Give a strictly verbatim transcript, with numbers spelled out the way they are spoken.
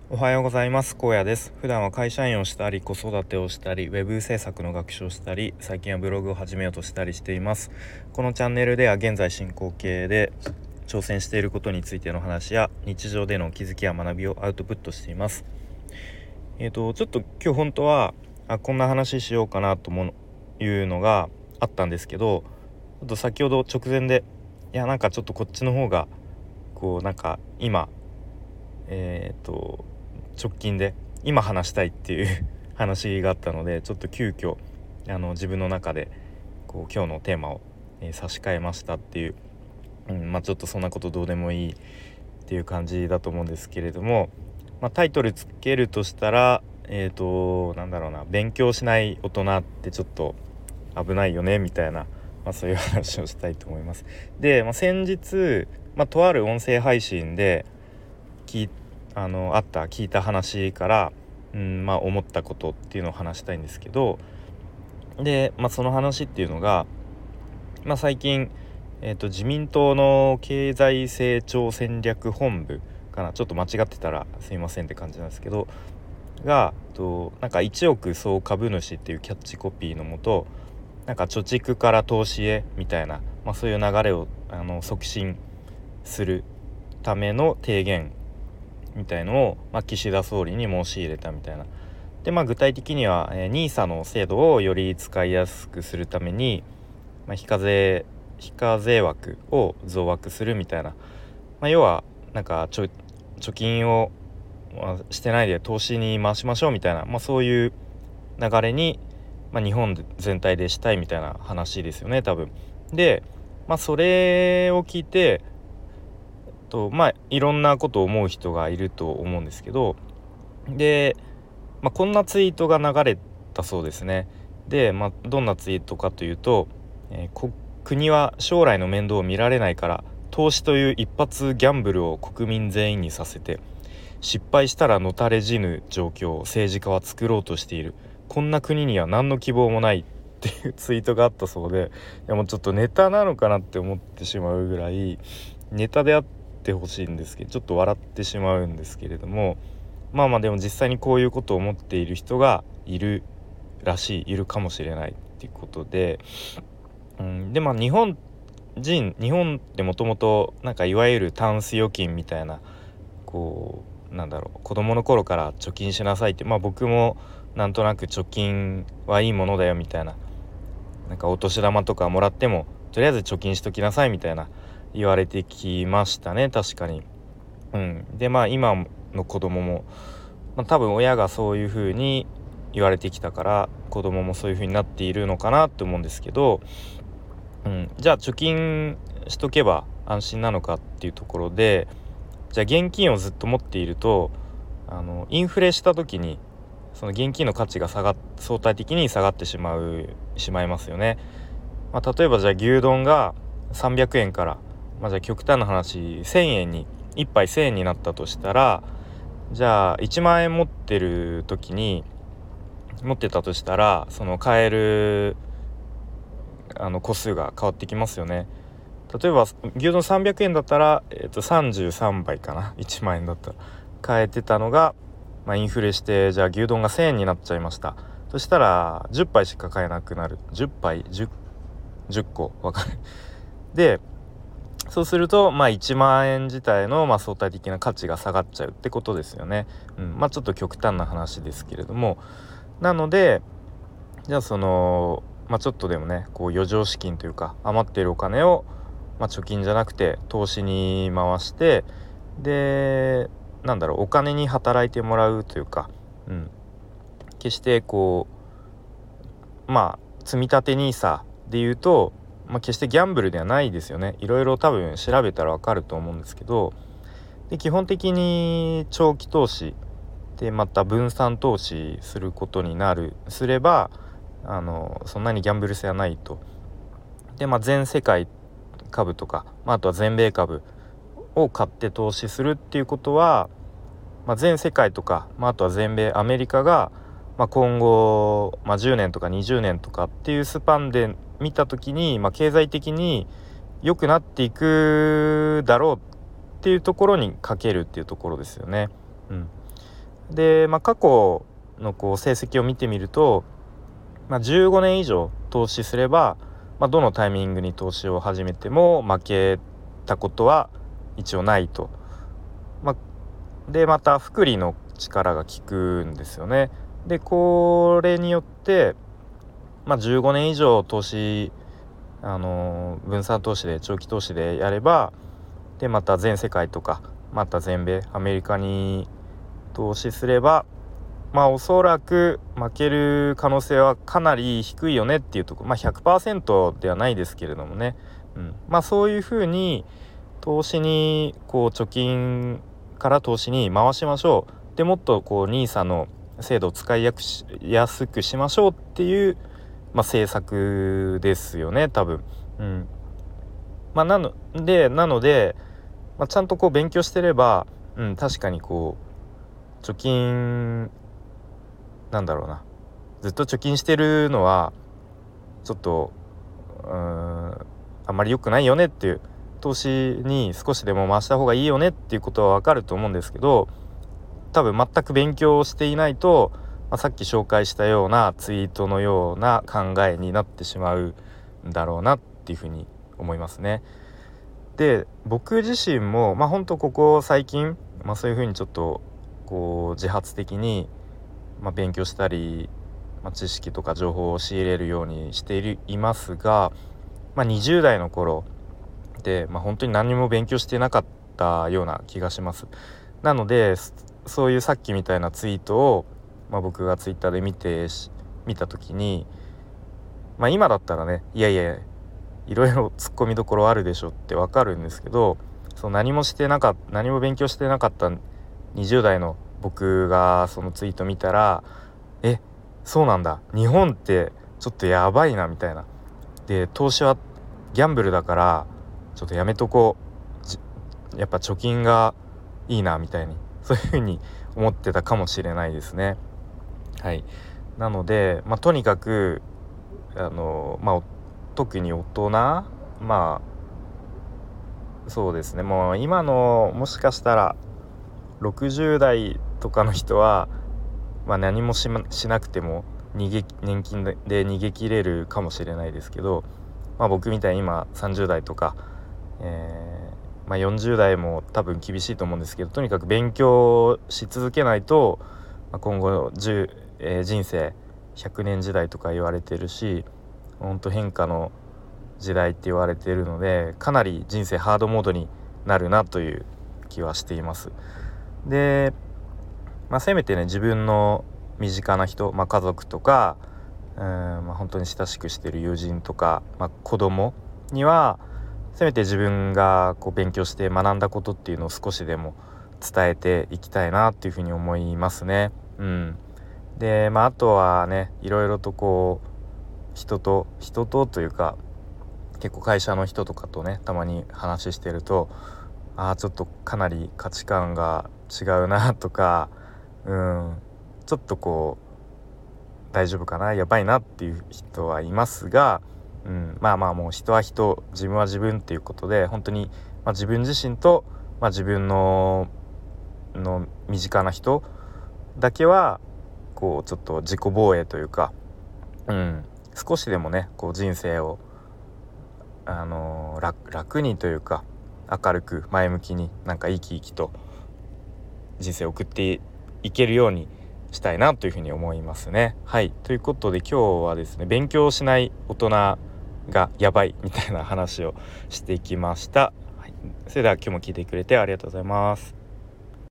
おはようございます。荒野です。普段は会社員をしたり子育てをしたりウェブ制作の学習をしたり最近はブログを始めようとしたりしています。このチャンネルでは現在進行形で挑戦していることについての話や日常での気づきや学びをアウトプットしています。えーとちょっと今日本当はあこんな話しようかなともいうのがあったんですけど、ちょっと先ほど直前でいやなんかちょっとこっちの方がこうなんか今えーと直近で今話したいっていう話があったので、ちょっと急遽あの自分の中でこう今日のテーマを、えー差し替えましたっていう、うん、まあちょっとそんなことどうでもいいっていう感じだと思うんですけれども、まあ、タイトルつけるとしたらえーとなんだろうな勉強しない大人ってちょっと危ないよねみたいな、まあ、そういう話をしたいと思います。で、まあ、先日、まあ、とある音声配信で聞いあのあった聞いた話から、うんまあ、思ったことっていうのを話したいんですけど、で、まあ、その話っていうのが、まあ、最近、えーと、自民党の経済成長戦略本部かな、ちょっと間違ってたらすいませんって感じなんですけどがとなんかいちおく総株主っていうキャッチコピーのもと、なんか貯蓄から投資へみたいな、まあ、そういう流れをあの促進するための提言みたいのを、まあ、岸田総理に申し入れたみたいな。で、まあ、具体的には、えー、ニーサ の制度をより使いやすくするために、まあ、非課税非課税枠を増枠するみたいな、まあ、要はなんかちょ貯金を、まあ、してないで投資に回しましょうみたいな、まあ、そういう流れに、まあ、日本全体でしたいみたいな話ですよね多分。で、まあ、それを聞いてとまあいろんなことを思う人がいると思うんですけど、で、まあ、こんなツイートが流れたそうですね。で、まあ、どんなツイートかというと、えーこ国は将来の面倒を見られないから投資という一発ギャンブルを国民全員にさせて失敗したらのたれ死ぬ状況を政治家は作ろうとしている。こんな国には何の希望もないっていうツイートがあったそうで、いやもうちょっとネタなのかなって思ってしまうぐらいネタであってほしいんですけど、ちょっと笑ってしまうんですけれども、まあまあでも実際にこういうことを思っている人がいるらしいいるかもしれないっていうことで、うん、でまあ日本人日本ってもともとなんかいわゆるタンス預金みたいな、こうなんだろう子供の頃から貯金しなさいって、まあ僕もなんとなく貯金はいいものだよみたいな、なんかお年玉とかもらってもとりあえず貯金しときなさいみたいな言われてきましたね確かに。うん、でまあ今の子供も、まあ、多分親がそういう風に言われてきたから子供もそういう風になっているのかなって思うんですけど、うん、じゃあ貯金しとけば安心なのかっていうところで、じゃあ現金をずっと持っているとあのインフレした時にその現金の価値が下がっ相対的に下がってしまうしまいますよね。まあ、例えばじゃあ牛丼がさんびゃくえんから、まあ、じゃあ極端な話せんえんにいっぱいせんえんになったとしたら、じゃあいちまん円持ってる時に持ってたとしたらその買えるあの個数が変わってきますよね。例えば牛丼さんびゃくえんだったら、えー、とさんじゅうさんばいかな、いちまん円だったら買えてたのが、まあ、インフレしてじゃあ牛丼がせんえんになっちゃいました。そしたらじゅっぱいしか買えなくなる。じゅっぱい 10, じゅっこわかるでそうするとまあいちまん円自体のまあ相対的な価値が下がっちゃうってことですよね。うん、まあちょっと極端な話ですけれども、なのでじゃあそのまあちょっとでもねこう余剰資金というか余っているお金をまあ貯金じゃなくて投資に回して、でなんだろうお金に働いてもらうというか、うん、決してこうまあ積み立て ニーサ で言うと、まあ、決してギャンブルではないですよね。いろいろ多分調べたらわかると思うんですけど、で基本的に長期投資でまた分散投資することになるすればあのそんなにギャンブル性はないと。でまあ全世界株とか、まあ、あとは全米株を買って投資するっていうことは、まあ、全世界とか、まあ、あとは全米アメリカが、まあ、今後、まあ、じゅうねんとかにじゅうねんとかっていうスパンで見た時に、まあ、経済的に良くなっていくだろうっていうところにかけるっていうところですよね。うん、 で、まあ、過去のこう成績を見てみると、まあ、じゅうごねん以上投資すれば、まあ、どのタイミングに投資を始めても負けたことは一応ないと。まあ、でまた複利の力が効くんですよね。でこれによって、まあ、じゅうごねん以上投資、あのー分散投資で長期投資でやれば、でまた全世界とかまた全米アメリカに投資すれば、まあおそらく負ける可能性はかなり低いよねっていうところ、まあ ひゃくパーセント ではないですけれどもね、うん、まあそういうふうに投資にこう貯金から投資に回しましょう。でもっとこう ニーサ の制度を使いやすしやすくしましょうっていう、まあ、政策ですよね多分。うん、まあなのでなので、まあ、ちゃんとこう勉強してれば、うん、確かにこう貯金なんだろうなずっと貯金してるのはちょっとうーんあんまり良くないよねっていう、投資に少しでも回した方がいいよねっていうことは分かると思うんですけど、多分全く勉強していないと、まあ、さっき紹介したようなツイートのような考えになってしまうんだろうなっていうふうに思いますね。で僕自身もまあ本当ここ最近、まあ、そういうふうにちょっとこう自発的に、まあ、勉強したり、まあ、知識とか情報を仕入れるようにしているいますが、まあ、にじゅう代の頃で、まあ、本当に何も勉強してなかったような気がします。なのでそういうさっきみたいなツイートを、まあ、僕がツイッターで見て見た時に、まあ、今だったらねいやいやいろいろ突っ込みどころあるでしょってわかるんですけど、そう何もしてなかった何も勉強してなかったにじゅう代の僕がそのツイート見たら、えそうなんだ日本ってちょっとやばいなみたいな、で投資はギャンブルだからちょっとやめとこう、やっぱ貯金がいいなみたいにそういう風に思ってたかもしれないですね。はい。なので、まあ、とにかくあのまあ特に大人、まあそうですね、もう今のもしかしたらろくじゅう代とかの人は、まあ、何もし、ま、しなくても逃げ年金で逃げ切れるかもしれないですけど、まあ、僕みたいに今さんじゅう代とか、えーまあ、よんじゅう代も多分厳しいと思うんですけど、とにかく勉強し続けないと、まあ、今後じゅう、えー人生ひゃくねん時代とか言われてるし、本当変化の時代って言われているので、かなり人生ハードモードになるなという気はしています。で、まあ、せめてね自分の身近な人、まあ、家族とかうん、まあ、本当に親しくしている友人とか、まあ、子供にはせめて自分がこう勉強して学んだことっていうのを少しでも伝えていきたいなっていうふうに思いますね。うん、で、まあ、あとはねいろいろとこう人と人とというか結構会社の人とかとねたまに話してると、あーちょっとかなり価値観が違うなとか、うんちょっとこう大丈夫かなやばいなっていう人はいますが、うん、まあまあもう人は人自分は自分っていうことで本当に、まあ、自分自身と、まあ、自分のの身近な人だけはこうちょっと自己防衛というか、うん、少しでもねこう人生をあのー、楽, 楽にというか明るく前向きになんか生き生きと人生を送っていけるようにしたいなというふうに思いますね。はい、ということで今日はですね勉強しない大人がやばいみたいな話をしていきました。はい、それでは今日も聞いてくれてありがとうございます。